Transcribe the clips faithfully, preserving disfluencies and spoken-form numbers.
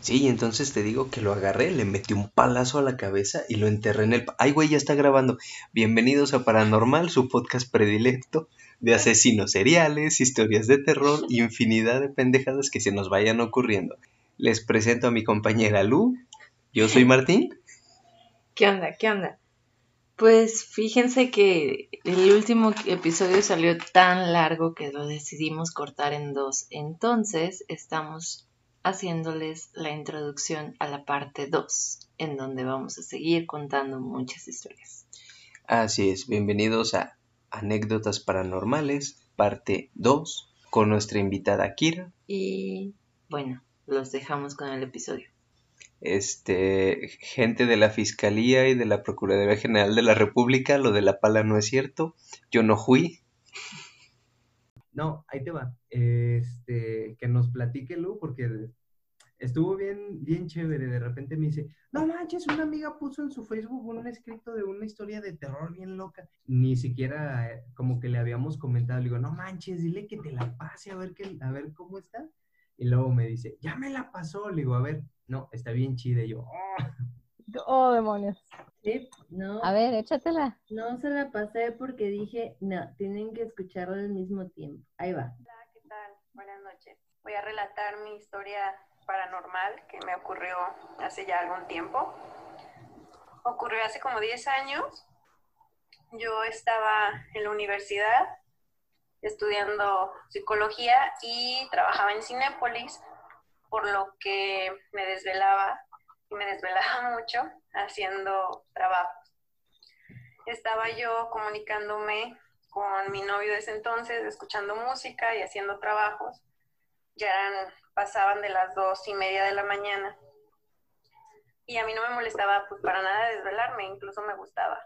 Sí, entonces te digo que lo agarré, le metí un palazo a la cabeza y lo enterré en el... pa- Ay, güey, ya está grabando. Bienvenidos a Paranormal, su podcast predilecto de asesinos seriales, historias de terror y infinidad de pendejadas que se nos vayan ocurriendo. Les presento a mi compañera Lu. Yo soy Martín. ¿Qué onda? ¿Qué onda? Pues fíjense que el último episodio salió tan largo que lo decidimos cortar en dos. Entonces estamos haciéndoles la introducción a la parte dos, en donde vamos a seguir contando muchas historias. Así es, bienvenidos a Anécdotas Paranormales, parte dos, con nuestra invitada Kira. Y bueno, los dejamos con el episodio. Este, gente de la Fiscalía y de la Procuraduría General de la República, lo de la pala no es cierto, yo no fui. No, ahí te va. Este, que nos platique Lu, porque estuvo bien, bien chévere. De repente me dice, no manches, una amiga puso en su Facebook un escrito de una historia de terror bien loca. Ni siquiera eh, como que le habíamos comentado. Le digo, no manches, dile que te la pase a ver, que, a ver cómo está. Y luego me dice, ya me la pasó. Le digo, a ver, no, está bien chida. Y yo, oh. Oh, demonios. Sí, no, A ver, échatela. no se la pasé porque dije, no, tienen que escucharlo al mismo tiempo. Ahí va. Hola, ¿qué tal? Buenas noches. Voy a relatar mi historia paranormal que me ocurrió hace ya algún tiempo. Ocurrió hace como diez años. Yo estaba en la universidad estudiando psicología y trabajaba en Cinépolis, por lo que me desvelaba y me desvelaba mucho haciendo trabajos. Estaba yo comunicándome con mi novio de ese entonces, escuchando música y haciendo trabajos. Ya eran, pasaban de las dos y media de la mañana. Y a mí no me molestaba pues para nada desvelarme, incluso me gustaba.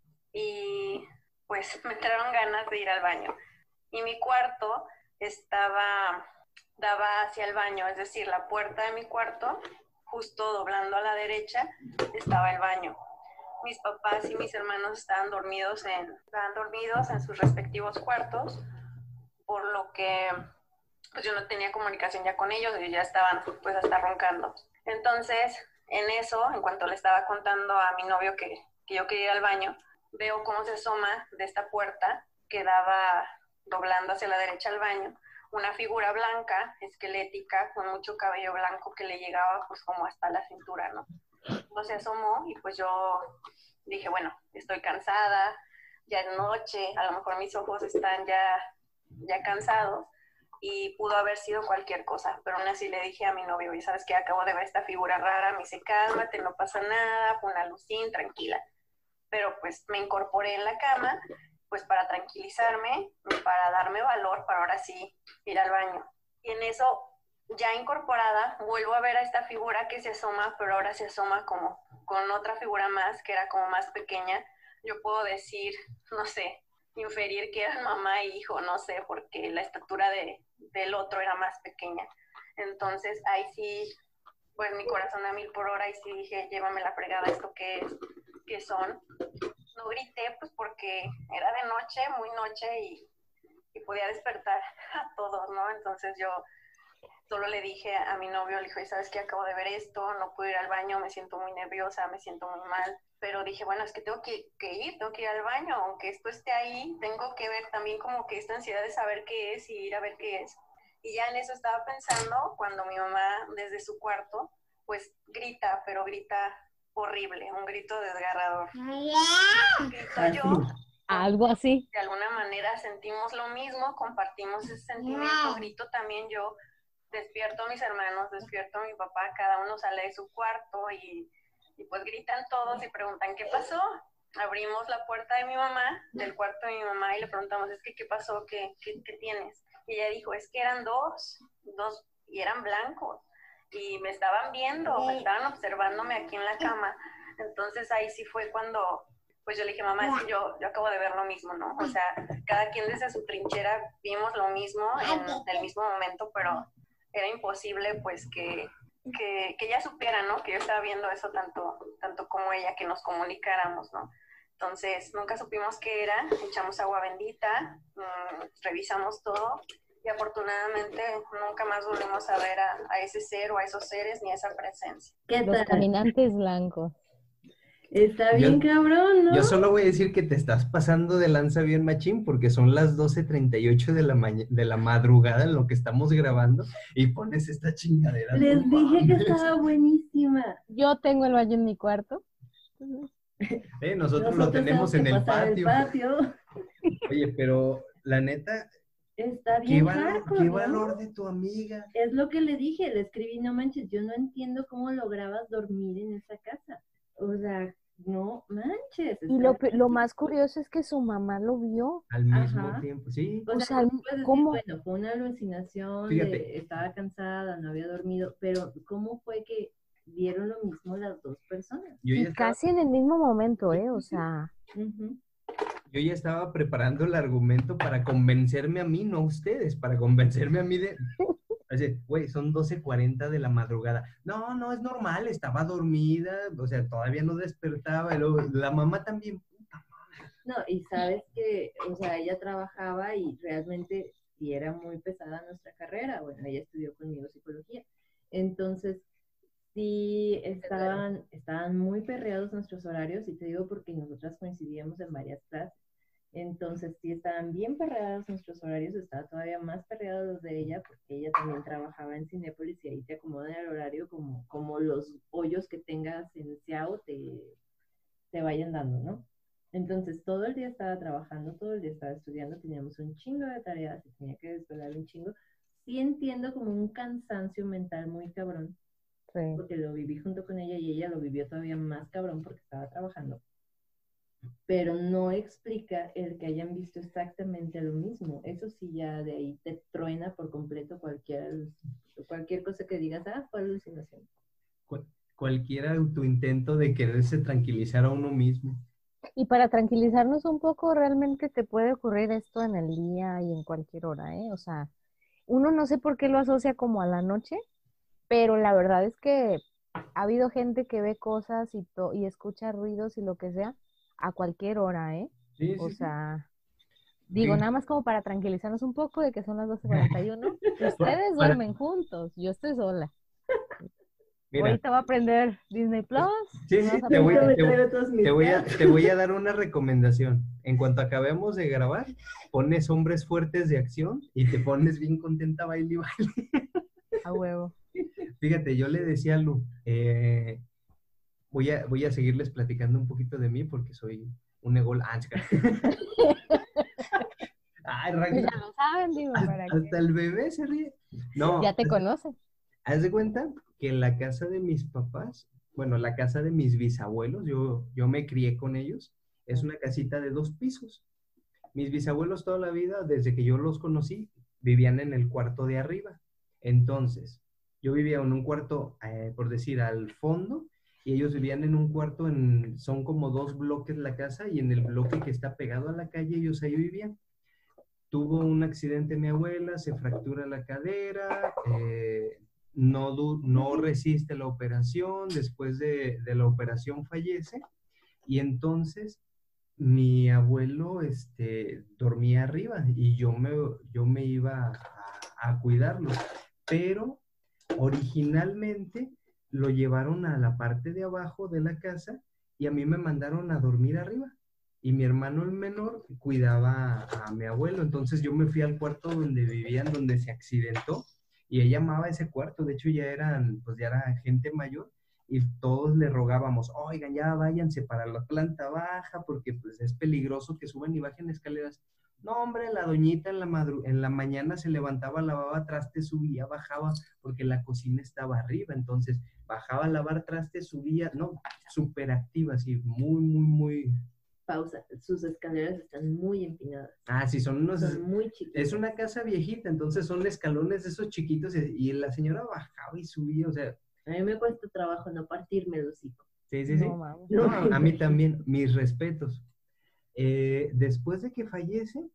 Y pues me entraron ganas de ir al baño. Y mi cuarto estaba, daba hacia el baño, es decir, la puerta de mi cuarto, justo doblando a la derecha, estaba el baño. Mis papás y mis hermanos estaban dormidos en, estaban dormidos en sus respectivos cuartos, por lo que pues yo no tenía comunicación ya con ellos, ellos ya estaban pues hasta roncando. Entonces, en eso, en cuanto le estaba contando a mi novio que, que yo quería ir al baño, veo cómo se asoma de esta puerta que daba doblando hacia la derecha al baño, una figura blanca, esquelética, con mucho cabello blanco que le llegaba pues como hasta la cintura, ¿no? Entonces se asomó y pues yo dije, bueno, estoy cansada, ya es noche, a lo mejor mis ojos están ya, ya cansados y pudo haber sido cualquier cosa, pero aún así le dije a mi novio, y sabes que acabo de ver esta figura rara, me dice, cálmate, no pasa nada, fue una lucín, tranquila. Pero pues me incorporé en la cama, pues para tranquilizarme, para darme valor, para ahora sí ir al baño. Y en eso, ya incorporada, vuelvo a ver a esta figura que se asoma, pero ahora se asoma como con otra figura más, que era como más pequeña. Yo puedo decir, no sé, inferir que eran mamá e hijo, no sé, porque la estatura de, del otro era más pequeña. Entonces ahí sí, pues mi corazón a mil por hora y sí dije, llévame la fregada, ¿esto qué es? ¿Qué son? No grité, pues porque era de noche, muy noche y, y podía despertar a todos, ¿no? Entonces yo solo le dije a mi novio, le dije, ¿sabes qué? Acabo de ver esto, no puedo ir al baño, me siento muy nerviosa, me siento muy mal. Pero dije, bueno, es que tengo que, que ir, tengo que ir al baño, aunque esto esté ahí, tengo que ver también como que esta ansiedad de saber qué es y ir a ver qué es. Y ya en eso estaba pensando cuando mi mamá desde su cuarto, pues grita, pero grita horrible, un grito desgarrador. Grito yo. Algo así. De alguna manera sentimos lo mismo, compartimos ese sentimiento, grito también yo, despierto a mis hermanos, despierto a mi papá, cada uno sale de su cuarto y, y pues gritan todos y preguntan ¿qué pasó? Abrimos la puerta de mi mamá, del cuarto de mi mamá y le preguntamos, es que ¿qué pasó? ¿Qué, qué, qué tienes? Y ella dijo, es que eran dos, dos y eran blancos y me estaban viendo, estaban observándome aquí en la cama. Entonces ahí sí fue cuando pues yo le dije, mamá, es que yo, yo acabo de ver lo mismo, ¿no? O sea, cada quien desde su trinchera vimos lo mismo en el mismo momento, pero era imposible pues que, que, que ella supiera, ¿no? Que yo estaba viendo eso tanto, tanto como ella, que nos comunicáramos, ¿no? Entonces nunca supimos qué era, echamos agua bendita, mmm, revisamos todo y afortunadamente nunca más volvimos a ver a, a ese ser o a esos seres ni a esa presencia. ¿Qué Los tal? caminantes blancos. Está Yo- bien cabrón, ¿no? Yo solo voy a decir que te estás pasando de lanza bien machín porque son las doce treinta y ocho de la, maña- de la madrugada en lo que estamos grabando y pones esta chingadera. Les no dije que mames. estaba buenísima. Yo tengo el baño en mi cuarto. Eh, nosotros, lo Nosotros tenemos en que el pasar patio. patio. Oye, pero la neta, Está ¿qué, bien valor, hardcore, qué ¿no? valor de tu amiga? Es lo que le dije, le escribí, no manches, yo no entiendo cómo lograbas dormir en esa casa. O sea, no manches. Y lo, está- pe- lo más curioso es que su mamá lo vio. Al mismo Ajá. tiempo, sí. O O sea, sea, porque puedes decir, ¿cómo? bueno, fue una alucinación, Fíjate. de, estaba cansada, no había dormido, pero ¿cómo fue que vieron lo mismo las dos personas? Yo Y ya, estaba, casi en el mismo momento, ¿eh? O sea, Ujú. yo ya estaba preparando el argumento para convencerme a mí, no a ustedes, para convencerme a mí de... Así, güey, son doce cuarenta de la madrugada. No, no, es normal, estaba dormida, o sea, todavía no despertaba. Y luego, la mamá también, puta madre. No, y sabes que, o sea, ella trabajaba y realmente sí era muy pesada nuestra carrera. Bueno, ella estudió conmigo psicología. Entonces, sí estaban, estaban muy perreados nuestros horarios, y te digo porque nosotras coincidíamos en varias clases. Entonces, sí estaban bien perreados nuestros horarios, estaba todavía más perreados los de ella, porque ella también trabajaba en Cinépolis y ahí te acomodan el horario como, como los hoyos que tengas en Ciao te, te vayan dando, ¿no? Entonces, todo el día estaba trabajando, todo el día estaba estudiando, teníamos un chingo de tareas y tenía que desvelar un chingo. Sí entiendo como un cansancio mental muy cabrón, sí. porque lo viví junto con ella y ella lo vivió todavía más cabrón porque estaba trabajando. Pero no explica el que hayan visto exactamente lo mismo. Eso sí, ya de ahí te truena por completo cualquier, cualquier cosa que digas, ah, fue alucinación. Cual- cualquier autointento de quererse tranquilizar a uno mismo. Y para tranquilizarnos un poco, realmente te puede ocurrir esto en el día y en cualquier hora, ¿eh? O sea, uno no sé por qué lo asocia como a la noche, pero la verdad es que ha habido gente que ve cosas y, to- y escucha ruidos y lo que sea a cualquier hora, ¿eh? Sí, O sí, sí. sea, digo, Sí. nada más como para tranquilizarnos un poco de que son las doce cuarenta y uno. Ustedes Para- duermen juntos, yo estoy sola. Mira, Ahorita va a aprender Disney Plus. sí, y sí, vamos a te voy, Ahorita me te, traigo todos mis te voy a, gatos. te voy a dar una recomendación. En cuanto acabemos de grabar, pones Hombres Fuertes de Acción y te pones bien contenta baile y baile. a huevo. Fíjate, yo le decía a Lu, eh, voy, a, voy a seguirles platicando un poquito de mí porque soy un egol. Ah, chica. Ay, Pues Ragnar, ya lo saben, digo, para hasta que el bebé se ríe. No, ya te haz- conocen. haz de cuenta que en la casa de mis papás, bueno, la casa de mis bisabuelos, yo, yo me crié con ellos, es una casita de dos pisos. Mis bisabuelos toda la vida, desde que yo los conocí, vivían en el cuarto de arriba. Entonces, yo vivía en un cuarto, eh, por decir, al fondo, y ellos vivían en un cuarto, en, son como dos bloques la casa, y en el bloque que está pegado a la calle, ellos ahí vivían. Tuvo un accidente mi abuela, se fractura la cadera, eh, no, du- no resiste la operación, después de, de la operación fallece, y entonces mi abuelo este, dormía arriba y yo me, yo me iba a, a cuidarlo, pero originalmente lo llevaron a la parte de abajo de la casa y a mí me mandaron a dormir arriba. Y mi hermano el menor cuidaba a, a mi abuelo, entonces yo me fui al cuarto donde vivían, donde se accidentó, y ella amaba ese cuarto, de hecho ya eran, pues ya era gente mayor, y todos le rogábamos, oigan, ya váyanse para la planta baja, porque pues es peligroso que suban y bajen escaleras. No, hombre, la doñita en la, madru en la mañana se levantaba, lavaba trastes, subía, bajaba, porque la cocina estaba arriba, entonces bajaba a lavar trastes, subía, no, súper activa, así, muy, muy, muy... Pausa, sus escaleras están muy empinadas, Ah, sí, son unos... son muy chiquitas. Es una casa viejita, entonces son escalones de esos chiquitos, y, y la señora bajaba y subía, o sea... A mí me cuesta trabajo no partirme el hocico. Sí, sí, sí. No mames. No, No, a mí también, mis respetos. Eh, después de que fallece,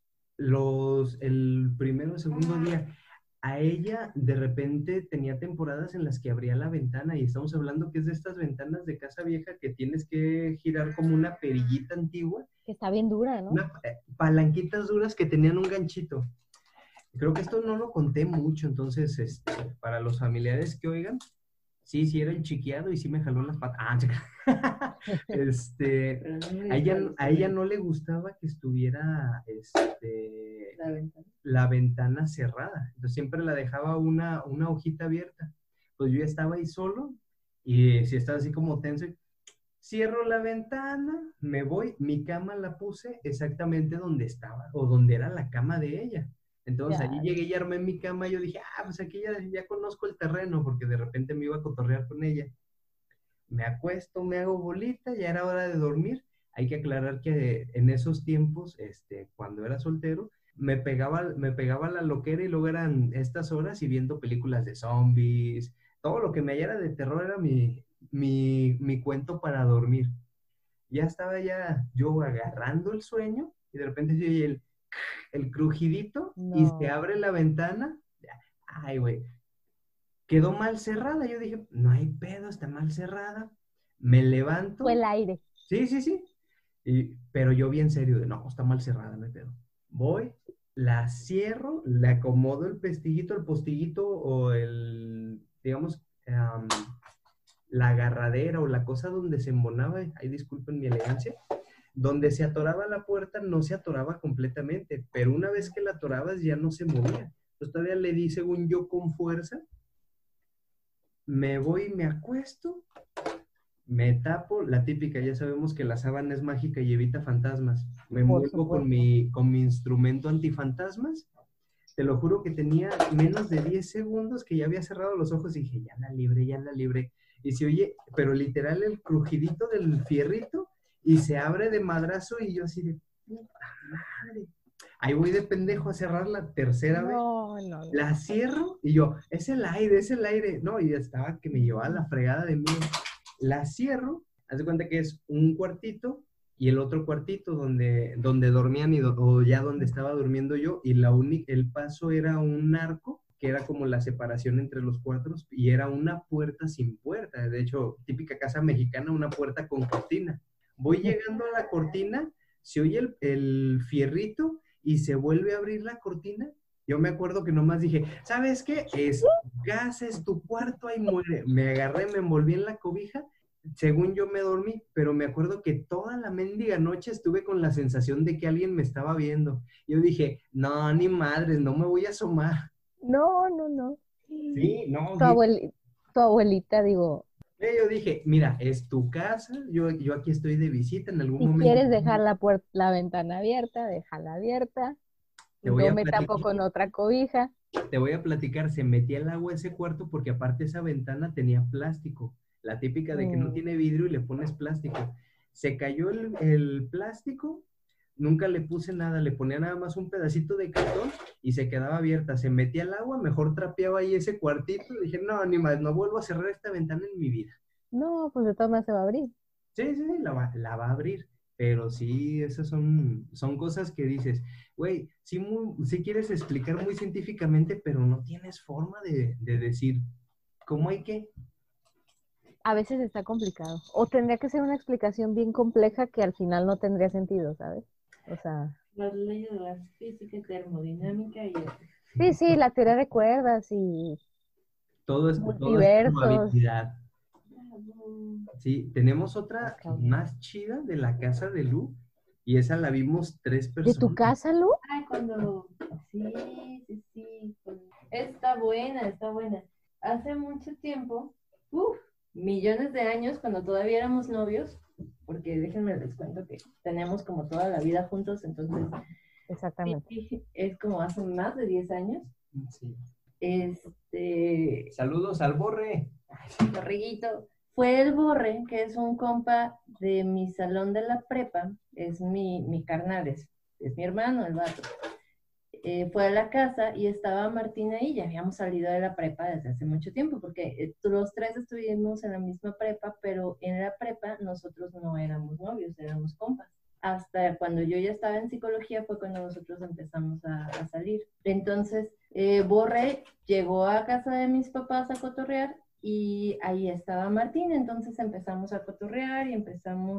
los, el primero o segundo día, a ella de repente tenía temporadas en las que abría la ventana, y estamos hablando que es de estas ventanas de casa vieja que tienes que girar como una perillita antigua, Que está bien dura, ¿no? unas palanquitas duras que tenían un ganchito. creo que esto no lo conté mucho, entonces, este, para los familiares que oigan, sí, sí era el chiqueado y sí me jaló las patas. Ah, chica. Este, Pero no me a ella, dijo a ella no le gustaba que estuviera, este, la ventana. la ventana cerrada. Entonces siempre la dejaba una, una hojita abierta. Pues yo ya estaba ahí solo y si estaba así como tenso, cierro la ventana, me voy, mi cama la puse exactamente donde estaba o donde era la cama de ella. Entonces allí Ya, llegué y armé mi cama y yo dije, ah, pues aquí ya, ya conozco el terreno porque de repente me iba a cotorrear con ella. Me acuesto, me hago bolita, ya era hora de dormir. Hay que aclarar que en esos tiempos, este, cuando era soltero, me pegaba, me pegaba la loquera y luego eran estas horas y viendo películas de zombies, todo lo que me hallara de terror era mi, mi, mi cuento para dormir. Ya estaba ya yo agarrando el sueño y de repente se oye el, el crujidito y se no. abre la ventana. Ay, güey, quedó mal cerrada. Yo dije, no hay pedo, está mal cerrada. Me levanto. Fue el aire. Sí, sí, sí. Y, pero yo bien serio, de no, está mal cerrada, no hay pedo. Voy, la cierro, le acomodo el pestillito, el postillito o el, digamos, um, la agarradera o la cosa donde se embonaba, ahí disculpen mi elegancia, donde se atoraba la puerta no se atoraba completamente, pero una vez que la atorabas ya no se movía. Entonces todavía le di, según yo, con fuerza, me voy, me acuesto, me tapo, la típica, ya sabemos que la sábana es mágica y evita fantasmas. Me Por envuelvo con supuesto. mi, con mi instrumento antifantasmas. Te lo juro que tenía menos de diez segundos que ya había cerrado los ojos y dije, ya la libré, ya la libré. Y se oye, pero literal el crujidito del fierrito y se abre de madrazo y yo así de, puta madre. Ahí voy de pendejo a cerrar la tercera vez. No, no, no. La cierro y yo, es el aire, es el aire. No, y ya estaba que me llevaba la fregada de mí. La cierro, haz de cuenta que es un cuartito y el otro cuartito donde, donde dormían y do- o ya donde estaba durmiendo yo y la única, el paso era un arco que era como la separación entre los cuartos y era una puerta sin puerta. De hecho, típica casa mexicana, una puerta con cortina. Voy llegando a la cortina, se oye el, el fierrito y se vuelve a abrir la cortina. Yo me acuerdo que nomás dije, ¿sabes qué? Es tu casa, es tu cuarto, ahí muere. Me agarré, me envolví en la cobija, según yo me dormí, pero me acuerdo que toda la mendiga noche estuve con la sensación de que alguien me estaba viendo. Yo dije, no, ni madres, no me voy a asomar. No, no, no. Sí, no, Tu, Gui- abueli- tu abuelita, digo, eh, yo dije, mira, es tu casa, yo, yo aquí estoy de visita, en algún si momento quieres dejar la puerta, la ventana abierta, déjala abierta. te voy Yo a me tapo platicar. con otra cobija. Te voy a platicar, se metía el agua a ese cuarto porque aparte esa ventana tenía plástico, la típica de que no Mm, tiene vidrio y le pones plástico. Se cayó el, el plástico, nunca le puse nada, le ponía nada más un pedacito de cartón y se quedaba abierta. Se metía el agua, mejor trapeaba ahí ese cuartito. Dije, no, ni más, no vuelvo a cerrar esta ventana en mi vida. no, pues de todas maneras se va a abrir. Sí, sí, sí, la va, la va a abrir. Pero sí, esas son, son cosas que dices, güey, sí, muy- sí quieres explicar muy científicamente, pero no tienes forma de, de decir cómo hay que. A veces está complicado. O tendría que ser una explicación bien compleja que al final no tendría sentido, ¿sabes? O sea, Las leyes de la física, termodinámica y eso. sí, sí, la teoría de cuerdas y Todo es, todo es multiversos. probabilidad. Sí, tenemos otra Cabrón. más chida de la casa de Lu, y esa la vimos tres ¿De tu personas. casa, Lu? Ay, cuando... Sí, sí, sí. cuando- Está buena, está buena. Hace mucho tiempo, uff, millones de años, cuando todavía éramos novios, porque déjenme les cuento que tenemos como toda la vida juntos, entonces Exactamente. sí, es como hace más de diez años. Sí. Este, Saludos al Borre. Borreguito, fue el Borre, que es un compa de mi salón de la prepa, es mi, mi carnal, es, es mi hermano, el vato. Eh, fue a la casa y estaba Martín ahí, ya habíamos salido de la prepa desde hace mucho tiempo, porque eh, los tres estuvimos en la misma prepa, pero en la prepa nosotros no éramos novios, éramos compas. Hasta cuando yo ya estaba en psicología fue cuando nosotros empezamos a, a salir. Entonces, eh, Borre llegó a casa de mis papás a cotorrear y ahí estaba Martín, entonces empezamos a cotorrear y empezamos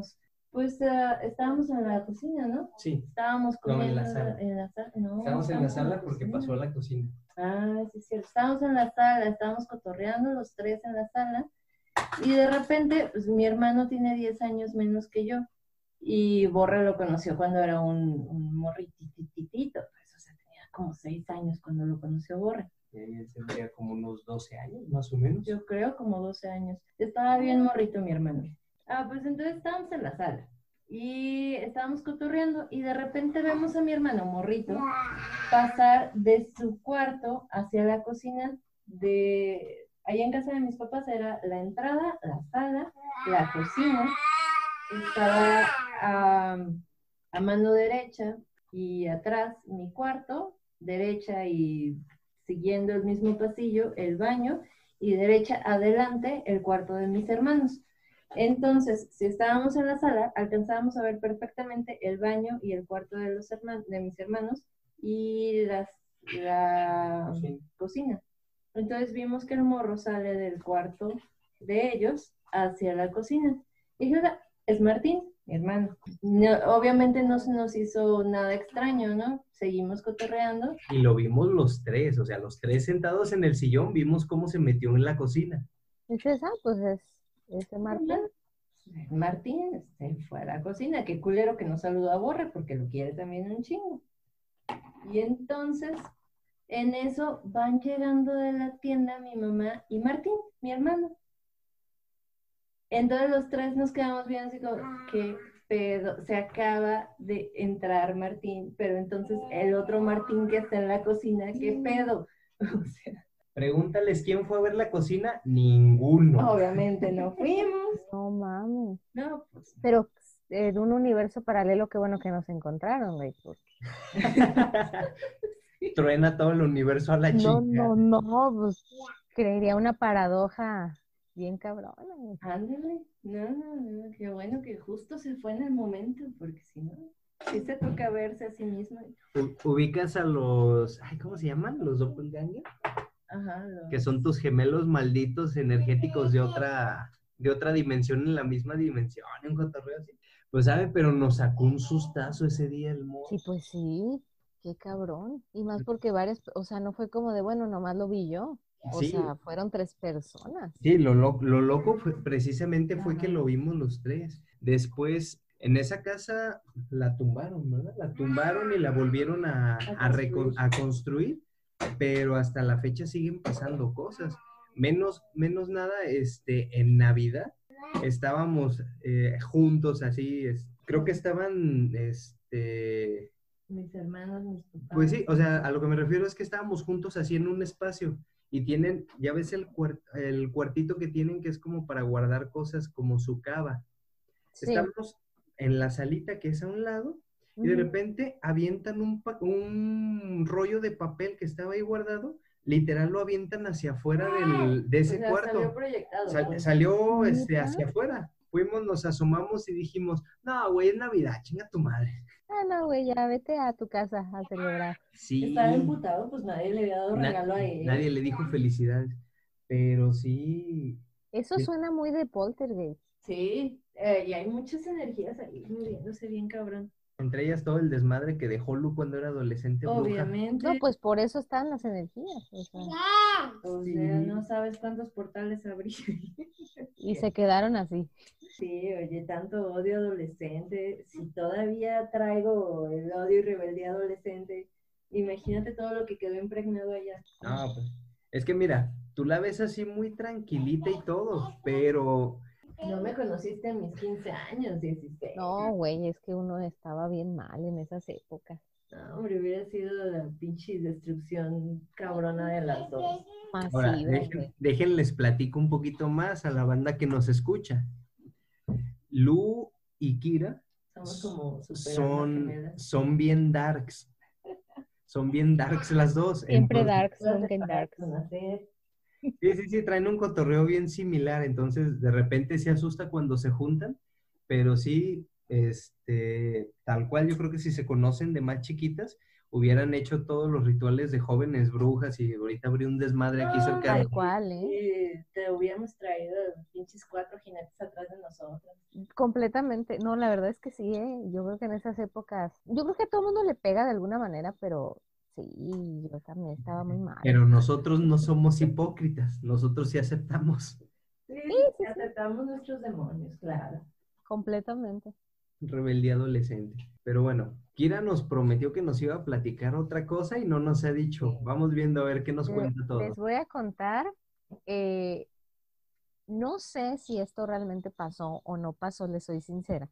Pues uh, estábamos en la cocina, ¿no? Sí. Estábamos No, en comiendo la sala. en la sala. No, Estábamos en la sala porque cocina. pasó a la cocina. Ah, sí, es cierto. Estábamos en la sala, estábamos cotorreando los tres en la sala. Y de repente, pues mi hermano tiene diez años menos que yo. Y Borre lo conoció cuando era un, un morritititito. Pues, o sea, tenía como seis años cuando lo conoció Borre. Y él tendría como unos doce años, más o menos. Yo creo como doce años. Estaba bien morrito mi hermano. Ah, pues entonces estábamos en la sala. Y estábamos cotorreando. Y de repente vemos a mi hermano morrito pasar de su cuarto hacia la cocina de... Allá en casa de mis papás era la entrada, la sala, la cocina. Estaba a, a mano derecha y atrás mi cuarto, derecha y siguiendo el mismo pasillo, el baño, y derecha adelante el cuarto de mis hermanos. Entonces, si estábamos en la sala, alcanzábamos a ver perfectamente el baño y el cuarto de, los hermanos, de mis hermanos y las, la Sí. cocina. Entonces vimos que el morro sale del cuarto de ellos hacia la cocina. Y dije, es Martín, mi hermano. No, obviamente no se nos hizo nada extraño, ¿no? Seguimos cotorreando. Y lo vimos los tres, o sea, los tres sentados en el sillón, vimos cómo se metió en la cocina. ¿Es esa? Pues es ese Martín. Martín se fue a la cocina. Qué culero que no saludó a Borre porque lo quiere también un chingo. Y entonces, en eso van llegando de la tienda mi mamá y Martín, mi hermano. Entonces los tres nos quedamos viendo así como, ¿qué pedo? Se acaba de entrar Martín, pero entonces el otro Martín que está en la cocina, ¿qué pedo? O sea, Pregúntales quién fue a ver la cocina, ninguno. obviamente no fuimos. No mames. No, pues. Pero en un universo paralelo, qué bueno que nos encontraron, güey. porque- Truena todo el universo a la No, chica. no, no, pues creería una paradoja bien cabrona, güey. Ándale, no, no, no, qué bueno que justo se fue en el momento, porque si no, sí se toca verse a sí mismo. U- ubicas a los, ay, ¿cómo se llaman? Los doppelganger, Ajá, lo- que son tus gemelos malditos energéticos de otra, de otra dimensión en la misma dimensión, un cotorreo así. Pues sabe, pero nos sacó un sustazo ese día el morro. Sí, pues sí, qué cabrón. Y más porque varias, o sea, no fue como de, bueno, nomás lo vi yo. O Sí. sea, fueron tres personas. Sí, lo, lo, lo loco fue, precisamente fue que lo vimos los tres. Después, en esa casa la tumbaron, ¿verdad? La tumbaron y la volvieron a, a, recon- a construir, pero hasta la fecha siguen pasando cosas. Menos, menos nada, este, en Navidad estábamos eh, juntos, así, es, creo que estaban, este, mis hermanos, mis papás. pues sí, o sea, a lo que me refiero es que estábamos juntos así en un espacio y tienen, ya ves el, cuart- el cuartito que tienen que es como para guardar cosas como su cava. Sí. Estamos en la salita que es a un lado y de Ujú. repente avientan un, pa- un rollo de papel que estaba ahí guardado, literal lo avientan hacia afuera del, de O ese sea, cuarto. salió proyectado. Sal- pues. salió este, ¿Neta? hacia afuera. Fuimos, nos asomamos y dijimos, no, güey, es Navidad, chinga tu madre. Ah, no, güey, ya vete a tu casa a celebrar. Sí. Estaba emputado, pues nadie le había dado Na- regalo a él. nadie le dijo felicidades, pero sí, Eso Sí. suena muy de poltergeist. Sí, eh, y hay muchas energías ahí moviéndose bien cabrón. entre ellas todo el desmadre que dejó Lu cuando era adolescente bruja. Obviamente. No, pues por eso están las energías. O sea, O Sí. sea, no sabes cuántos portales abrí. y se quedaron así. Sí, oye, tanto odio adolescente. Si todavía traigo el odio y rebeldía adolescente, imagínate todo lo que quedó impregnado allá. No, pues, es que mira, tú la ves así muy tranquilita y todo, pero No me conociste en mis quince años, dieciséis. No, güey, es que uno estaba bien mal en esas épocas. No, hombre, hubiera sido la pinche destrucción cabrona de las dos. ahora, Masiva, dejen- güey. déjenles platico un poquito más a la banda que nos escucha. Lu y Kira Somos como super son, gemelas. son bien darks. Son bien darks las dos. Siempre entonces- darks, nunca en darks. Conocer. Sí, sí, sí, traen un cotorreo bien similar, entonces de repente se asusta cuando se juntan, pero sí, este, tal cual yo creo que si se conocen de más chiquitas, hubieran hecho todos los rituales de jóvenes brujas y ahorita habría un desmadre aquí cerca de... Tal cual, ¿eh? Y te hubiéramos traído pinches cuatro jinetes atrás de nosotros. Completamente. No, la verdad es que sí, ¿eh? Yo creo que en esas épocas, yo creo que a todo el mundo le pega de alguna manera, pero sí, yo también estaba muy mal. Pero nosotros no somos hipócritas, nosotros sí aceptamos. Sí, sí, sí. aceptamos nuestros demonios, claro. Completamente. Rebeldía adolescente. Pero bueno, Kira nos prometió que nos iba a platicar otra cosa y no nos ha dicho. Vamos viendo a ver qué nos Le- cuenta todo. Les voy a contar, eh, no sé si esto realmente pasó o no pasó, les soy sincera.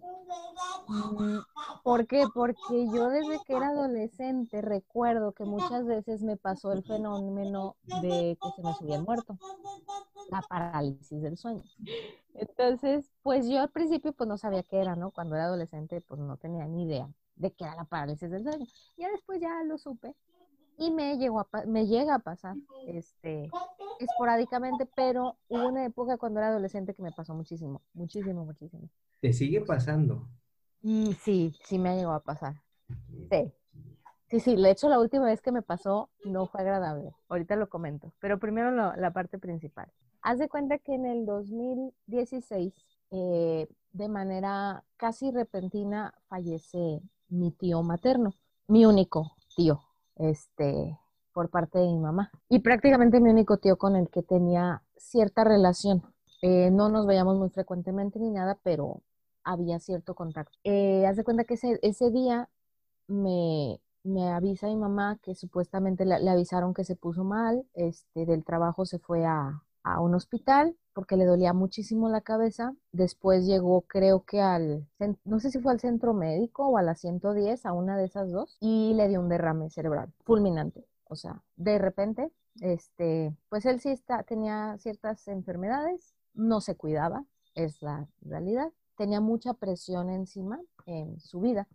Mm, ¿Por qué? Porque yo desde que era adolescente recuerdo que muchas veces me pasó el fenómeno de que se me subía el muerto, la parálisis del sueño. Entonces, pues yo al principio pues no sabía qué era, ¿no? Cuando era adolescente pues no tenía ni idea de qué era la parálisis del sueño. Ya después ya lo supe y me llegó a pa- me llega a pasar este esporádicamente, pero hubo una época cuando era adolescente que me pasó muchísimo, muchísimo, muchísimo. ¿Te sigue pasando? Mm, sí, sí me llegó a pasar. Sí. Sí, sí, de hecho la última vez que me pasó no fue agradable. Ahorita lo comento, pero primero lo- la parte principal. Haz de cuenta que en el dos mil dieciséis, eh, de manera casi repentina, fallece mi tío materno, mi único tío, este, por parte de mi mamá. Y prácticamente mi único tío con el que tenía cierta relación. Eh, no nos veíamos muy frecuentemente ni nada, pero había cierto contacto. Eh, haz de cuenta que ese, ese día me, me avisa mi mamá que supuestamente le, le avisaron que se puso mal, este, del trabajo se fue a, a un hospital porque le dolía muchísimo la cabeza. Después llegó, creo que al, cen- no sé si fue al centro médico o a la ciento diez, a una de esas dos, y le dio un derrame cerebral fulminante. O sea, de repente, este, pues él sí está, tenía ciertas enfermedades, no se cuidaba, es la realidad. Tenía mucha presión encima en su vida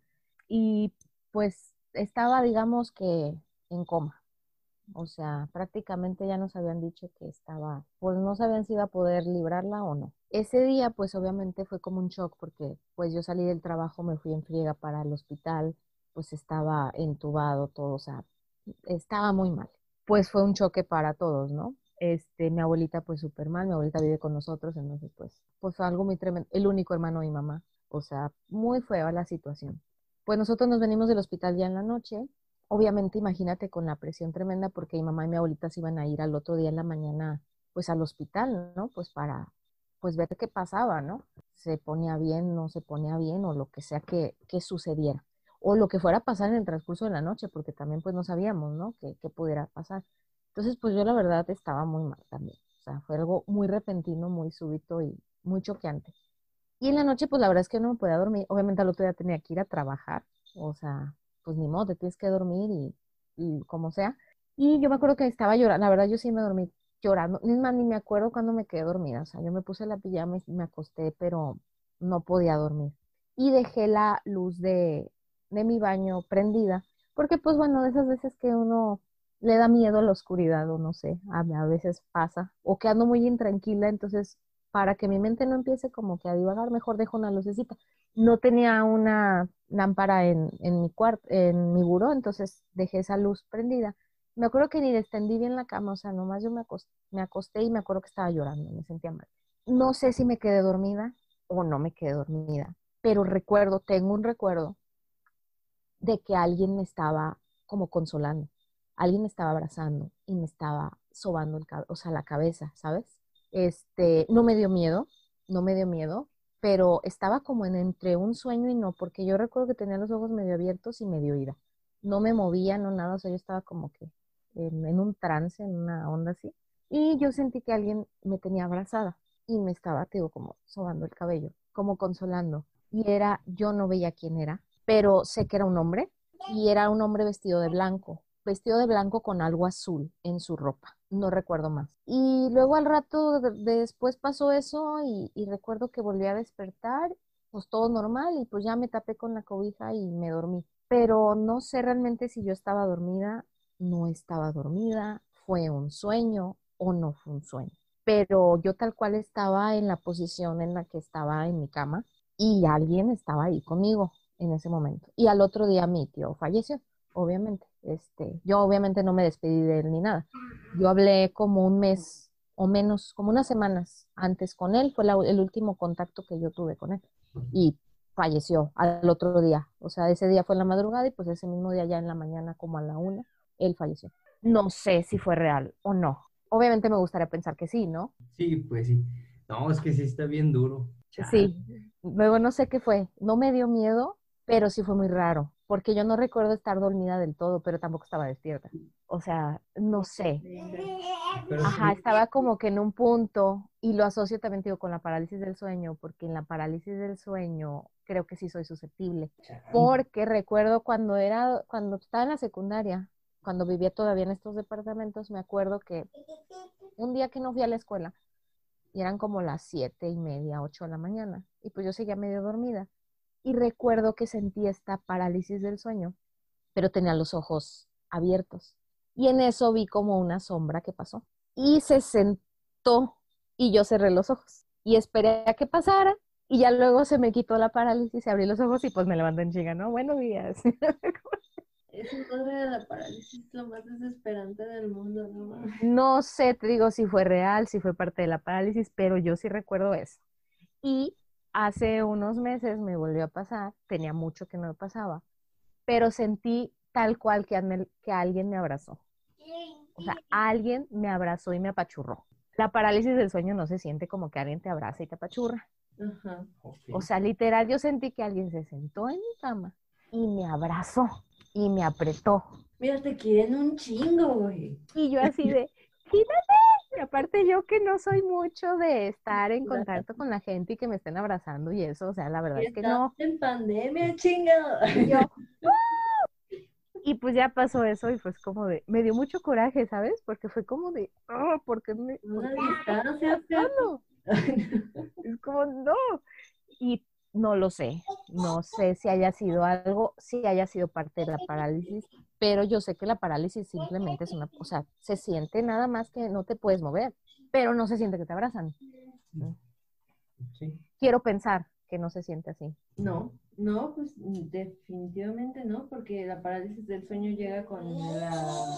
y pues estaba, digamos que en coma. O sea, prácticamente ya nos habían dicho que estaba, pues no sabían si iba a poder librarla o no. Ese día, pues obviamente fue como un shock porque pues yo salí del trabajo, me fui en friega para el hospital, pues estaba entubado todo, o sea, estaba muy mal. Pues fue un choque para todos, ¿no? Este, mi abuelita pues súper mal, mi abuelita vive con nosotros, entonces pues, pues fue algo muy tremendo, el único hermano de mi mamá, o sea, muy fea la situación. Pues nosotros nos venimos del hospital ya en la noche. Obviamente, imagínate con la presión tremenda porque mi mamá y mi abuelita se iban a ir al otro día en la mañana, pues al hospital, ¿no? Pues para, pues ver qué pasaba, ¿no? Se ponía bien, no se ponía bien o lo que sea que, que sucediera. O lo que fuera a pasar en el transcurso de la noche, porque también pues no sabíamos, ¿no? Que, que pudiera pasar. Entonces, pues yo la verdad estaba muy mal también. O sea, fue algo muy repentino, muy súbito y muy choqueante. Y en la noche, pues la verdad es que no me podía dormir. Obviamente al otro día tenía que ir a trabajar. O sea, pues ni modo, te tienes que dormir y, y como sea. Y yo me acuerdo que estaba llorando. La verdad, yo sí me dormí llorando. Ni más, ni me acuerdo cuando me quedé dormida. O sea, yo me puse la pijama y me acosté, pero no podía dormir. Y dejé la luz de, de mi baño prendida. Porque, pues bueno, de esas veces que uno le da miedo a la oscuridad, o no sé, a, a veces pasa. O que ando muy intranquila, entonces para que mi mente no empiece como que a divagar, mejor dejo una lucecita. No tenía una lámpara en, en mi cuarto, en mi buró, entonces dejé esa luz prendida. Me acuerdo que ni extendí bien la cama, o sea, nomás yo me acosté, me acosté y me acuerdo que estaba llorando, me sentía mal. No sé si me quedé dormida o no me quedé dormida, pero recuerdo, tengo un recuerdo de que alguien me estaba como consolando, alguien me estaba abrazando y me estaba sobando el, o sea, la cabeza, ¿sabes? Este, no me dio miedo, no me dio miedo, pero estaba como en entre un sueño y no, porque yo recuerdo que tenía los ojos medio abiertos y medio ida. No me movía, no nada, o sea, yo estaba como que en, en un trance, en una onda así. Y yo sentí que alguien me tenía abrazada y me estaba, te digo, como sobando el cabello, como consolando. Y era, yo no veía quién era, pero sé que era un hombre y era un hombre vestido de blanco, vestido de blanco con algo azul en su ropa, no recuerdo más. Y luego al rato de- de después pasó eso y, y recuerdo que volví a despertar, pues todo normal y pues ya me tapé con la cobija y me dormí. Pero no sé realmente si yo estaba dormida, no estaba dormida, fue un sueño o no fue un sueño. Pero yo tal cual estaba en la posición en la que estaba en mi cama y alguien estaba ahí conmigo en ese momento. Y al otro día mi tío falleció. obviamente. Este, yo obviamente no me despedí de él ni nada. Yo hablé como un mes o menos, como unas semanas antes con él, fue la- el último contacto que yo tuve con él. Y falleció al otro día. O sea, ese día fue en la madrugada y pues ese mismo día ya en la mañana, como a la una, él falleció. No sé si fue real o no. Obviamente me gustaría pensar que sí, ¿no? Sí, pues sí. No, es que sí está bien duro. Chale. Sí. Luego no sé qué fue. No me dio miedo, pero sí fue muy raro, porque yo no recuerdo estar dormida del todo, pero tampoco estaba despierta. O sea, no sé. Pero Ajá, sí, estaba como que en un punto, y lo asocio también, digo, con la parálisis del sueño, porque en la parálisis del sueño creo que sí soy susceptible. chale. Porque recuerdo cuando era, cuando estaba en la secundaria, cuando vivía todavía en estos departamentos, me acuerdo que un día que no fui a la escuela, y eran como las siete y media, ocho de la mañana, y pues yo seguía medio dormida, y recuerdo que sentí esta parálisis del sueño, pero tenía los ojos abiertos, y en eso vi como una sombra que pasó, y se sentó, y yo cerré los ojos, y esperé a que pasara, y ya luego se me quitó la parálisis, abrí los ojos, y pues me levanté en chinga, ¿no? Buenos días. Esa madre de la parálisis es lo más desesperante del mundo, ¿no? mames? No sé, te digo, si fue real, si fue parte de la parálisis, pero yo sí recuerdo eso. Y hace unos meses me volvió a pasar, tenía mucho que no me pasaba, pero sentí tal cual que, ame- que alguien me abrazó. O sea, alguien me abrazó y me apachurró. La parálisis del sueño no se siente como que alguien te abraza y te apachurra. Ajá. Ok. O sea, literal, yo sentí que alguien se sentó en mi cama y me abrazó y me apretó. Mira, te quieren un chingo, güey. Y yo así de, quítate. Y aparte yo que no soy mucho de estar en contacto con la gente y que me estén abrazando y eso, o sea, la verdad Y es que estamos no. en pandemia, chingado. Y yo, y pues ya pasó eso y pues como de, me dio mucho coraje, ¿sabes? Porque fue como de, oh, ¿por qué me, por Una qué me están distancia, fíjate. abrazando? Es como, no. Y no lo sé, no sé si haya sido algo, si haya sido parte de la parálisis, pero yo sé que la parálisis simplemente es una, o sea, se siente nada más que no te puedes mover, pero no se siente que te abrazan. Sí. Quiero pensar que no se siente así. No, no, pues definitivamente no, porque la parálisis del sueño llega con la,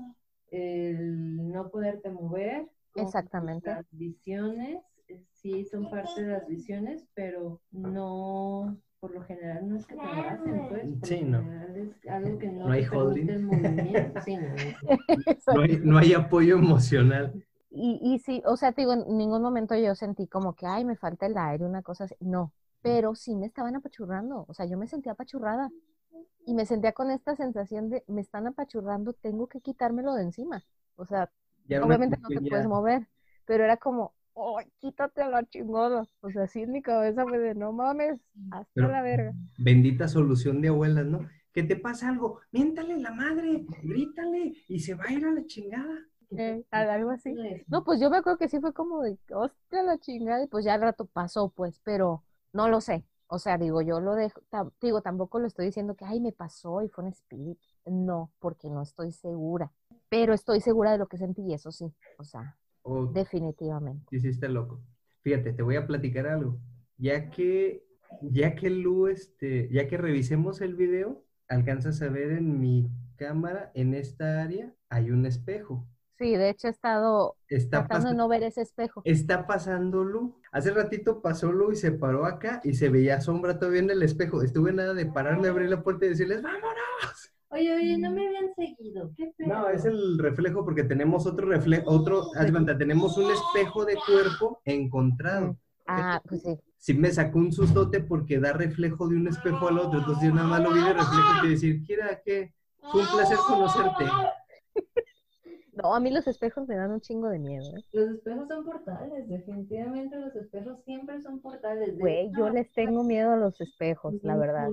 el no poderte mover, con Exactamente. las visiones, eh, sí son parte de las visiones, pero no, por lo general no es que te abracen, pues, por Sí, lo no. general es algo que no, No hay te permite holding. el movimiento, sí, no, No hay, no hay apoyo emocional. Y, y sí, o sea, te digo, en ningún momento yo sentí como que, ay, me falta el aire, una cosa así. No, pero sí me estaban apachurrando. O sea, yo me sentía apachurrada y me sentía con esta sensación de, me están apachurrando, tengo que quitármelo de encima. O sea, Ya una obviamente no te puedes pequeña, mover, pero era como, ay, quítate la chingada. O sea, sí en mi cabeza fue de, no mames, hasta pero la verga. bendita solución de abuelas, ¿no? Que te pasa algo, miéntale la madre, grítale y se va a ir a la chingada. Eh, algo así. es. No, pues yo me acuerdo que sí fue como de, hostia la chingada, y pues ya al rato pasó, pues, pero no lo sé. O sea, digo, yo lo dejo, tam- digo, tampoco lo estoy diciendo que, ay, me pasó y fue un espíritu. No, porque no estoy segura. Pero estoy segura de lo que sentí, eso sí. O sea, O definitivamente. te hiciste loco. Fíjate, te voy a platicar algo. Ya que, ya que Lu, este, ya que revisemos el video, alcanzas a ver en mi cámara, en esta área, hay un espejo. Sí, de hecho he estado Está tratando de pasando. no ver ese espejo. Está pasando Lu. Hace ratito pasó Lu y se paró acá y se veía sombra todavía en el espejo. Estuve nada de pararme, abrir la puerta y decirles, ¡vámonos! Oye, oye, no me habían seguido, qué pedo. No, es el reflejo porque tenemos otro reflejo, otro, haz de cuenta, tenemos un espejo de cuerpo Mm. encontrado. Ah, pues sí. Sí me sacó un sustote porque da reflejo de un espejo al otro. Entonces yo nada más lo vi de reflejo y te decir, Kira, que fue un placer conocerte. No, a mí los espejos me dan un chingo de miedo, ¿eh? Los espejos son portales, definitivamente los espejos siempre son portales. De Güey, yo hecho, les tengo miedo a los espejos, la verdad.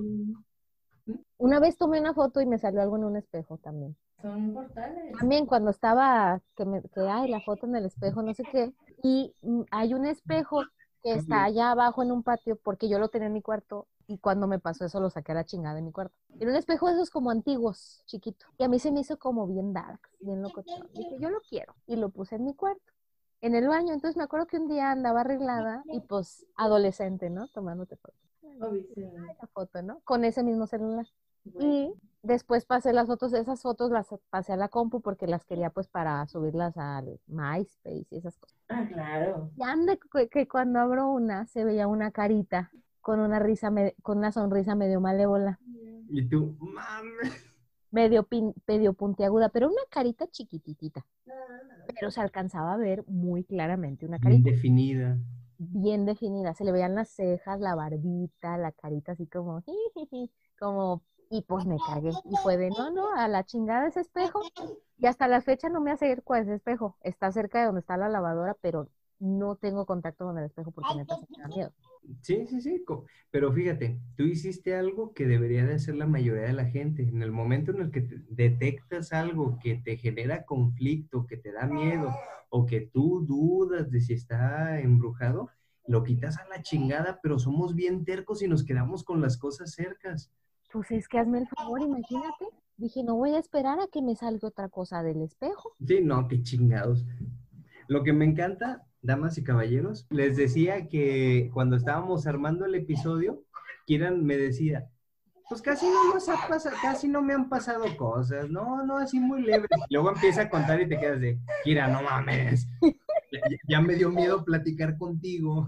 Una vez tomé una foto y me salió algo en un espejo también. son portales. También cuando estaba, que, me, que hay la foto en el espejo, no sé qué, y mm, hay un espejo que está allá abajo en un patio, porque yo lo tenía en mi cuarto, y cuando me pasó eso lo saqué a la chingada de mi cuarto. Era un espejo de esos como antiguos, chiquito, y a mí se me hizo como bien dark, bien locochón. Dije, yo lo quiero, y lo puse en mi cuarto, en el baño. Entonces me acuerdo que un día andaba arreglada, y pues adolescente, ¿no? Tomándote foto. Obvio, sí. La foto, ¿no? Con ese mismo celular. Y después pasé las fotos, esas fotos las pasé a la compu porque las quería pues para subirlas al MySpace y esas cosas. Ah, claro. Y anda que, que cuando abro una se veía una carita con una risa, me- con una sonrisa medio malévola, Y tú, mames. medio, pin- medio puntiaguda, pero una carita chiquititita. Pero se alcanzaba a ver muy claramente una Bien carita definida. bien definida. Se le veían las cejas, la barbita, la carita así como, como, y pues me cagué. Y fue de, no, no, a la chingada ese espejo. Y hasta la fecha no me acerco a ese espejo. Está cerca de donde está la lavadora, pero no tengo contacto con el espejo porque neta se me da miedo. Sí, sí, sí. co- Pero fíjate, tú hiciste algo que debería de hacer la mayoría de la gente. En el momento en el que te- detectas algo que te genera conflicto, que te da miedo, o que tú dudas de si está embrujado, lo quitas a la chingada, pero somos bien tercos y nos quedamos con las cosas cercas. Pues es que hazme el favor, imagínate. Dije, no voy a esperar a que me salga otra cosa del espejo. Sí, no, qué chingados. Lo que me encanta, damas y caballeros, les decía que cuando estábamos armando el episodio, Kiran me decía, pues casi no nos ha pasado, casi no me han pasado cosas, no, no, así muy leves. Y luego empieza a contar y te quedas de, Kira, no mames, ya, ya- ya me dio miedo platicar contigo.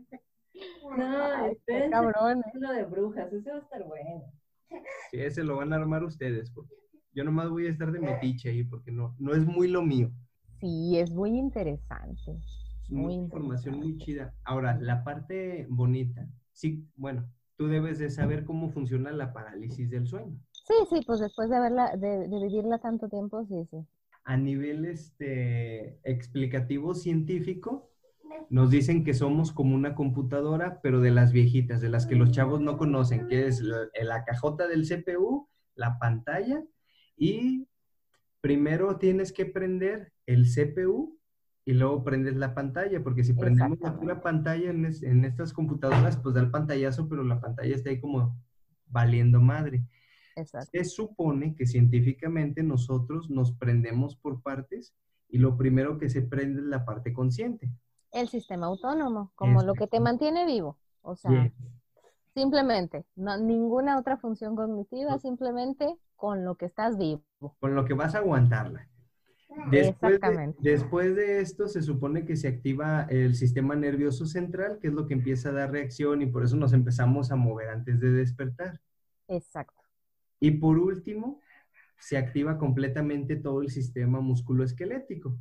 No, Ay, qué espérense, cabrón. uno de brujas, ese va a estar bueno. Sí, ese lo van a armar ustedes, porque yo nomás voy a estar de metiche ahí, porque no, no es muy lo mío. Sí, es muy interesante. Es Muy mucha información muy interesante. chida. Ahora, la parte bonita, sí, bueno, tú debes de saber cómo funciona la parálisis del sueño. Sí, sí, pues después de haberla, de, de vivirla tanto tiempo, sí, sí. A nivel este, explicativo científico, nos dicen que somos como una computadora, pero de las viejitas, de las que los chavos no conocen, que es la, la cajota del C P U, la pantalla, y primero tienes que prender el C P U y luego prendes la pantalla, porque si prendemos la pura Exactamente. pantalla en, es- en estas computadoras, pues da el pantallazo, pero la pantalla está ahí como valiendo madre. Exacto. Se supone que científicamente nosotros nos prendemos por partes y lo primero que se prende es la parte consciente. El sistema autónomo, como lo que te mantiene vivo. O sea, Yes. simplemente, no, ninguna otra función cognitiva, simplemente con lo que estás vivo. Con lo que vas a aguantarla. Después de, Exactamente. después de esto se supone que se activa el sistema nervioso central, que es lo que empieza a dar reacción y por eso nos empezamos a mover antes de despertar. Exacto. Y por último, se activa completamente todo el sistema musculoesquelético.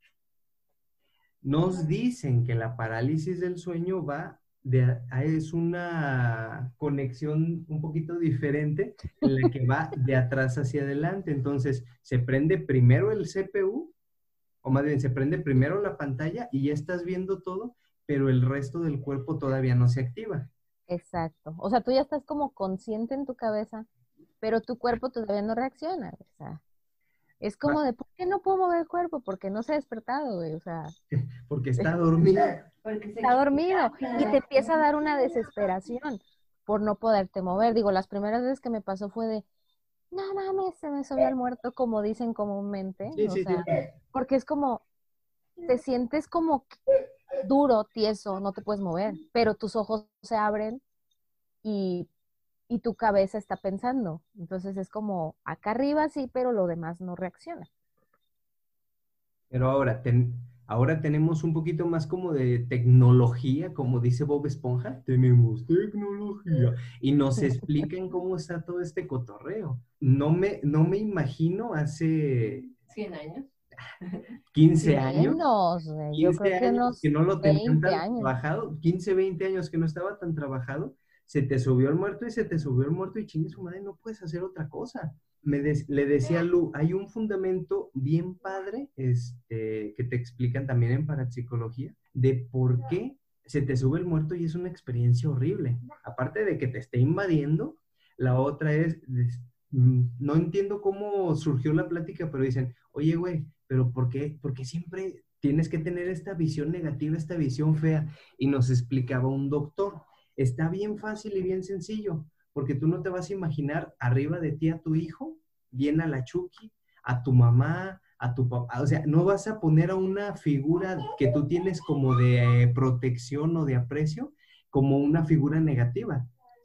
Nos dicen que la parálisis del sueño va de, es una conexión un poquito diferente en la que va de atrás hacia adelante. Entonces, se prende primero el C P U, o más bien se prende primero la pantalla y ya estás viendo todo, pero el resto del cuerpo todavía no se activa. Exacto. O sea, tú ya estás como consciente en tu cabeza, pero tu cuerpo todavía no reacciona. O sea, es como de, ¿por qué no puedo mover el cuerpo? Porque no se ha despertado, güey. O sea, Porque está dormido. Porque se está dormido y te quita. empieza a dar una desesperación por no poderte mover. Digo, las primeras veces que me pasó fue de, no mames, se me subió el muerto, como dicen comúnmente. Sí, O sí, sí. sea, porque es como, te sientes como duro, tieso, no te puedes mover, pero tus ojos se abren y, y tu cabeza está pensando. Entonces es como, acá arriba sí, pero lo demás no reacciona. Pero ahora, ten- ahora tenemos un poquito más como de tecnología, como dice Bob Esponja. Tenemos tecnología. Y nos explican cómo está todo este cotorreo. No me, no me imagino hace cien años. quince años, Menos, güey, yo quince creo que años unos que no lo tenían veinte tan años. trabajado, quince, veinte años que no estaba tan trabajado, se te subió el muerto y se te subió el muerto y chingue su madre, no puedes hacer otra cosa. Me de- le decía a Lu, hay un fundamento bien padre este, que te explican también en parapsicología de por qué se te sube el muerto y es una experiencia horrible. Aparte de que te esté invadiendo, la otra es, es- mm, no entiendo cómo surgió la plática, pero dicen, oye, güey, pero ¿por qué, por qué siempre tienes que tener esta visión negativa, esta visión fea? Y nos explicaba un doctor, está bien fácil y bien sencillo, porque tú no te vas a imaginar arriba de ti a tu hijo, bien a la Chucky, a tu mamá, a tu papá, o sea, no vas a poner a una figura que tú tienes como de eh, protección o de aprecio como una figura negativa.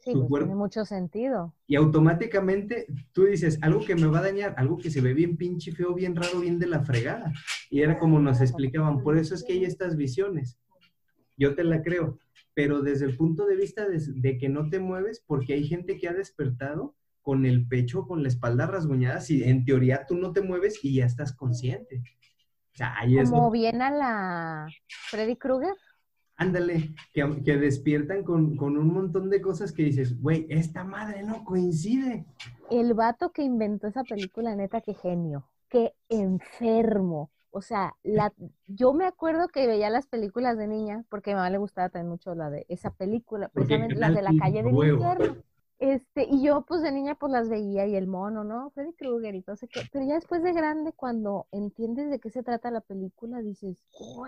Sí, tu pues cuerpo. tiene mucho sentido. Y automáticamente tú dices, algo que me va a dañar, algo que se ve bien pinche feo, bien raro, bien de la fregada. Y era como nos explicaban, por eso es que hay estas visiones. Yo te la creo, pero desde el punto de vista de, de que no te mueves, porque hay gente que ha despertado con el pecho, con la espalda rasguñada, si en teoría tú no te mueves y ya estás consciente. O sea, ahí es Como donde, bien a la Freddy Krueger. ándale, que, que despiertan con, con un montón de cosas que dices, güey, esta madre no coincide. El vato que inventó esa película, neta, qué genio, qué enfermo. O sea, la, yo me acuerdo que veía las películas de niña, porque a mi mamá le gustaba también mucho la de esa película, Porque precisamente las canal de la calle del huevo. infierno. Este, y yo pues de niña pues las veía y el mono, ¿no? Freddy Krueger y todo eso. Pero ya después de grande, cuando entiendes de qué se trata la película, dices,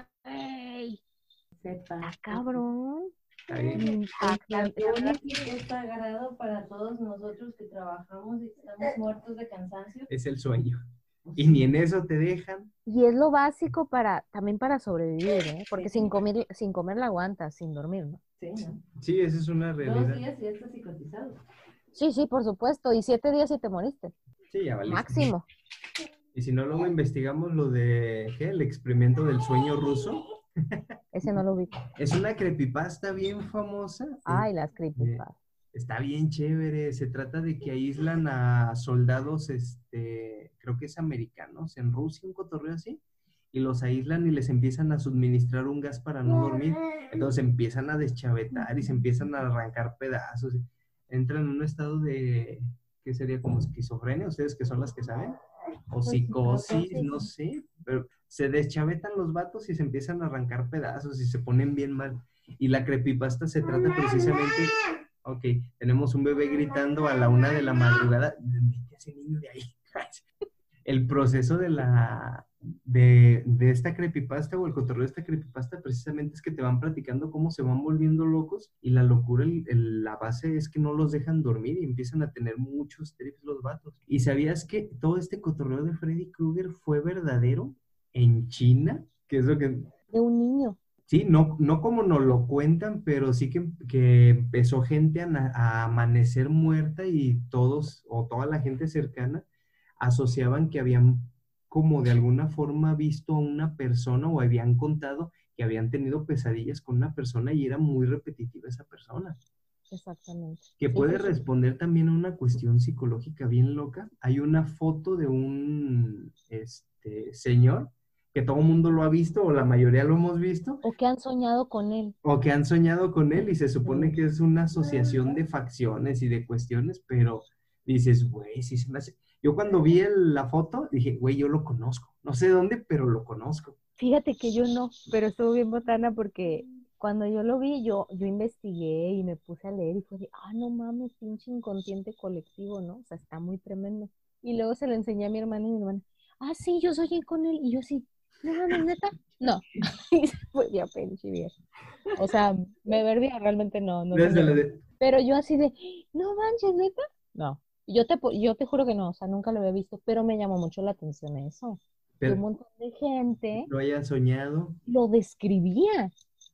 güey, Sepa. está cabrón, Está bien. impactante. Lo único que está sagrado para todos nosotros que trabajamos y que estamos muertos de cansancio. Es el sueño. Y ni en eso te dejan. Y es lo básico para, también para sobrevivir, ¿eh? Porque sin comer, sin comer la aguantas, sin dormir, ¿no? Sí, ¿no? Sí, esa es una Dos realidad. días y ya estás psicotizado. Sí, sí, por supuesto. Y siete días y te moriste. Sí, ya valiste. Máximo. Y si no, luego investigamos lo de, ¿qué? El experimento del sueño ruso. Ese no lo vi. Es una creepypasta bien famosa. Ay, las Eh, creepypastas. Está bien chévere. Se trata de que aíslan a soldados, este, creo que es americanos, en Rusia, un cotorreo así, y los aíslan y les empiezan a suministrar un gas para no dormir. Entonces empiezan a deschavetar y se empiezan a arrancar pedazos. Entran en un estado de, ¿qué sería? Como esquizofrenia, ustedes que son las que saben. O psicosis, no sé, pero se deschavetan los vatos y se empiezan a arrancar pedazos y se ponen bien mal. Y la creepypasta se trata precisamente, ok, tenemos un bebé gritando a la una de la madrugada, mete a ese niño de ahí. El proceso de la de, de esta creepypasta o el cotorreo de esta creepypasta precisamente es que te van platicando cómo se van volviendo locos y la locura, el, el, la base es que no los dejan dormir y empiezan a tener muchos trips los vatos. ¿Y sabías que todo este cotorreo de Freddy Krueger fue verdadero en China? ¿Qué es lo que...? De un niño. Sí, no, no como nos lo cuentan, pero sí que, que empezó gente a, a amanecer muerta y todos o toda la gente cercana asociaban que habían como de alguna forma visto a una persona o habían contado que habían tenido pesadillas con una persona y era muy repetitiva esa persona. Exactamente. Que Sí, puede sí. responder también a una cuestión psicológica bien loca. Hay una foto de un este, señor que todo el mundo lo ha visto o la mayoría lo hemos visto. O que han soñado con él. O que han soñado con él y se supone que es una asociación de facciones y de cuestiones, pero dices, güey, sí se me hace... Yo cuando vi el, la foto dije, güey, yo lo conozco. No sé dónde, pero lo conozco. Fíjate que yo no, pero estuvo bien botana porque cuando yo lo vi, yo, yo investigué y me puse a leer y fue de, ah, no mames, pinche inconsciente colectivo, ¿no? O sea, está muy tremendo. Y luego se lo enseñé a mi hermana y mi hermana, ah, sí, yo soñé con él. Y yo sí, no mames, neta, no. Y se fue ya pinche vieja. O sea, me verdía, realmente no, no Desde tenía- la de- Pero yo así de, no manches, neta, no. Yo te, pu- yo te juro que no, o sea, nunca lo había visto, pero me llamó mucho la atención eso. Que un pero montón de gente lo haya soñado. lo describía.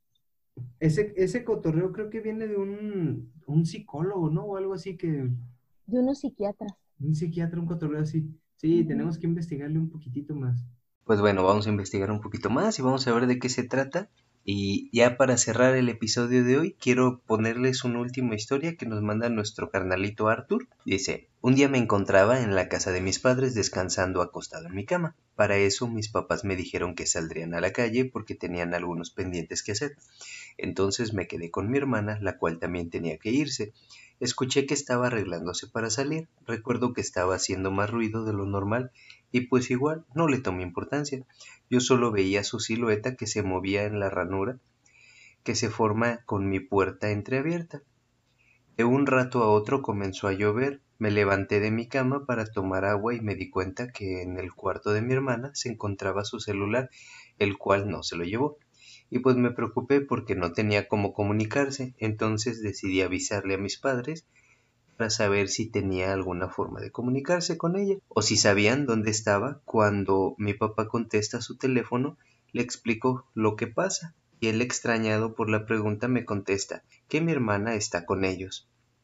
Ese, ese cotorreo creo que viene de un, un psicólogo, ¿no? O algo así que, De unos psiquiatras. un psiquiatra, un cotorreo así. Sí, Ujú. tenemos que investigarle un poquitito más. Pues bueno, vamos a investigar un poquito más y vamos a ver de qué se trata. Y ya para cerrar el episodio de hoy, quiero ponerles una última historia que nos manda nuestro carnalito Arthur. Dice, un día me encontraba en la casa de mis padres descansando acostado en mi cama. Para eso mis papás me dijeron que saldrían a la calle porque tenían algunos pendientes que hacer. Entonces me quedé con mi hermana, la cual también tenía que irse. Escuché que estaba arreglándose para salir. Recuerdo que estaba haciendo más ruido de lo normal y pues igual no le tomé importancia. Yo solo veía su silueta que se movía en la ranura que se forma con mi puerta entreabierta. De un rato a otro comenzó a llover. Me levanté de mi cama para tomar agua y me di cuenta que en el cuarto de mi hermana se encontraba su celular, el cual no se lo llevó. Y pues me preocupé porque no tenía cómo comunicarse, entonces decidí avisarle a mis padres para saber si tenía alguna forma de comunicarse con ella o si sabían dónde estaba. Cuando mi papá contesta su teléfono, le explico lo que pasa y él, extrañado por la pregunta, me contesta que mi hermana está con ellos.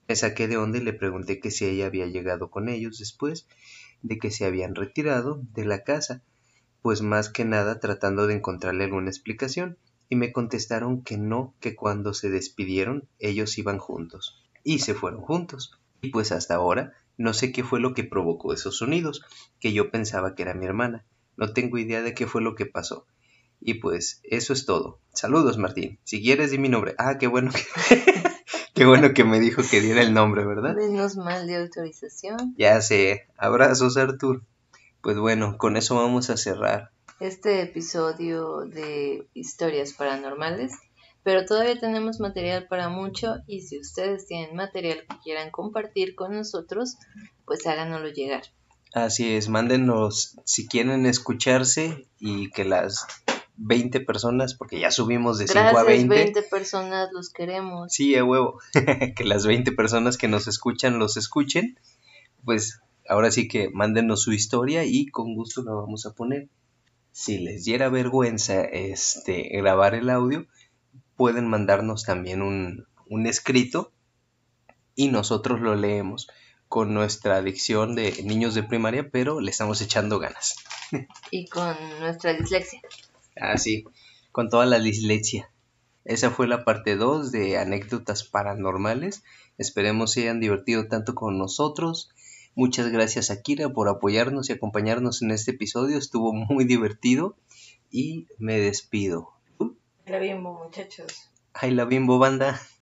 Me saqué de onda y le pregunté que si ella había llegado con ellos después de que se habían retirado de la casa, pues más que nada tratando de encontrarle alguna explicación, y me contestaron que no, que cuando se despidieron ellos iban juntos, y se fueron juntos, y pues hasta ahora no sé qué fue lo que provocó esos sonidos, que yo pensaba que era mi hermana, no tengo idea de qué fue lo que pasó, y pues eso es todo. Saludos, Martín, si quieres di mi nombre. Ah, qué bueno que... Qué bueno que me dijo que diera el nombre, ¿verdad? Menos mal de autorización. Ya sé. Abrazos, Artur. Pues bueno, con eso vamos a cerrar este episodio de historias paranormales, pero todavía tenemos material para mucho y si ustedes tienen material que quieran compartir con nosotros, pues háganoslo llegar. Así es, mándenos si quieren escucharse y que las veinte personas, porque ya subimos de cinco a veinte. Gracias, veinte personas, los queremos. Sí, a huevo. Que las veinte personas que nos escuchan los escuchen. Pues ahora sí que mándenos su historia y con gusto la vamos a poner. Si les diera vergüenza este, grabar el audio, pueden mandarnos también un, un escrito y nosotros lo leemos con nuestra dicción de niños de primaria, pero le estamos echando ganas. Y con nuestra dislexia. Ah, sí, con toda la dislexia. Esa fue la parte dos de anécdotas paranormales. Esperemos se hayan divertido tanto con nosotros. Muchas gracias a Kira por apoyarnos y acompañarnos en este episodio. Estuvo muy divertido y me despido. La bimbo, muchachos. Ay, la bimbo, banda.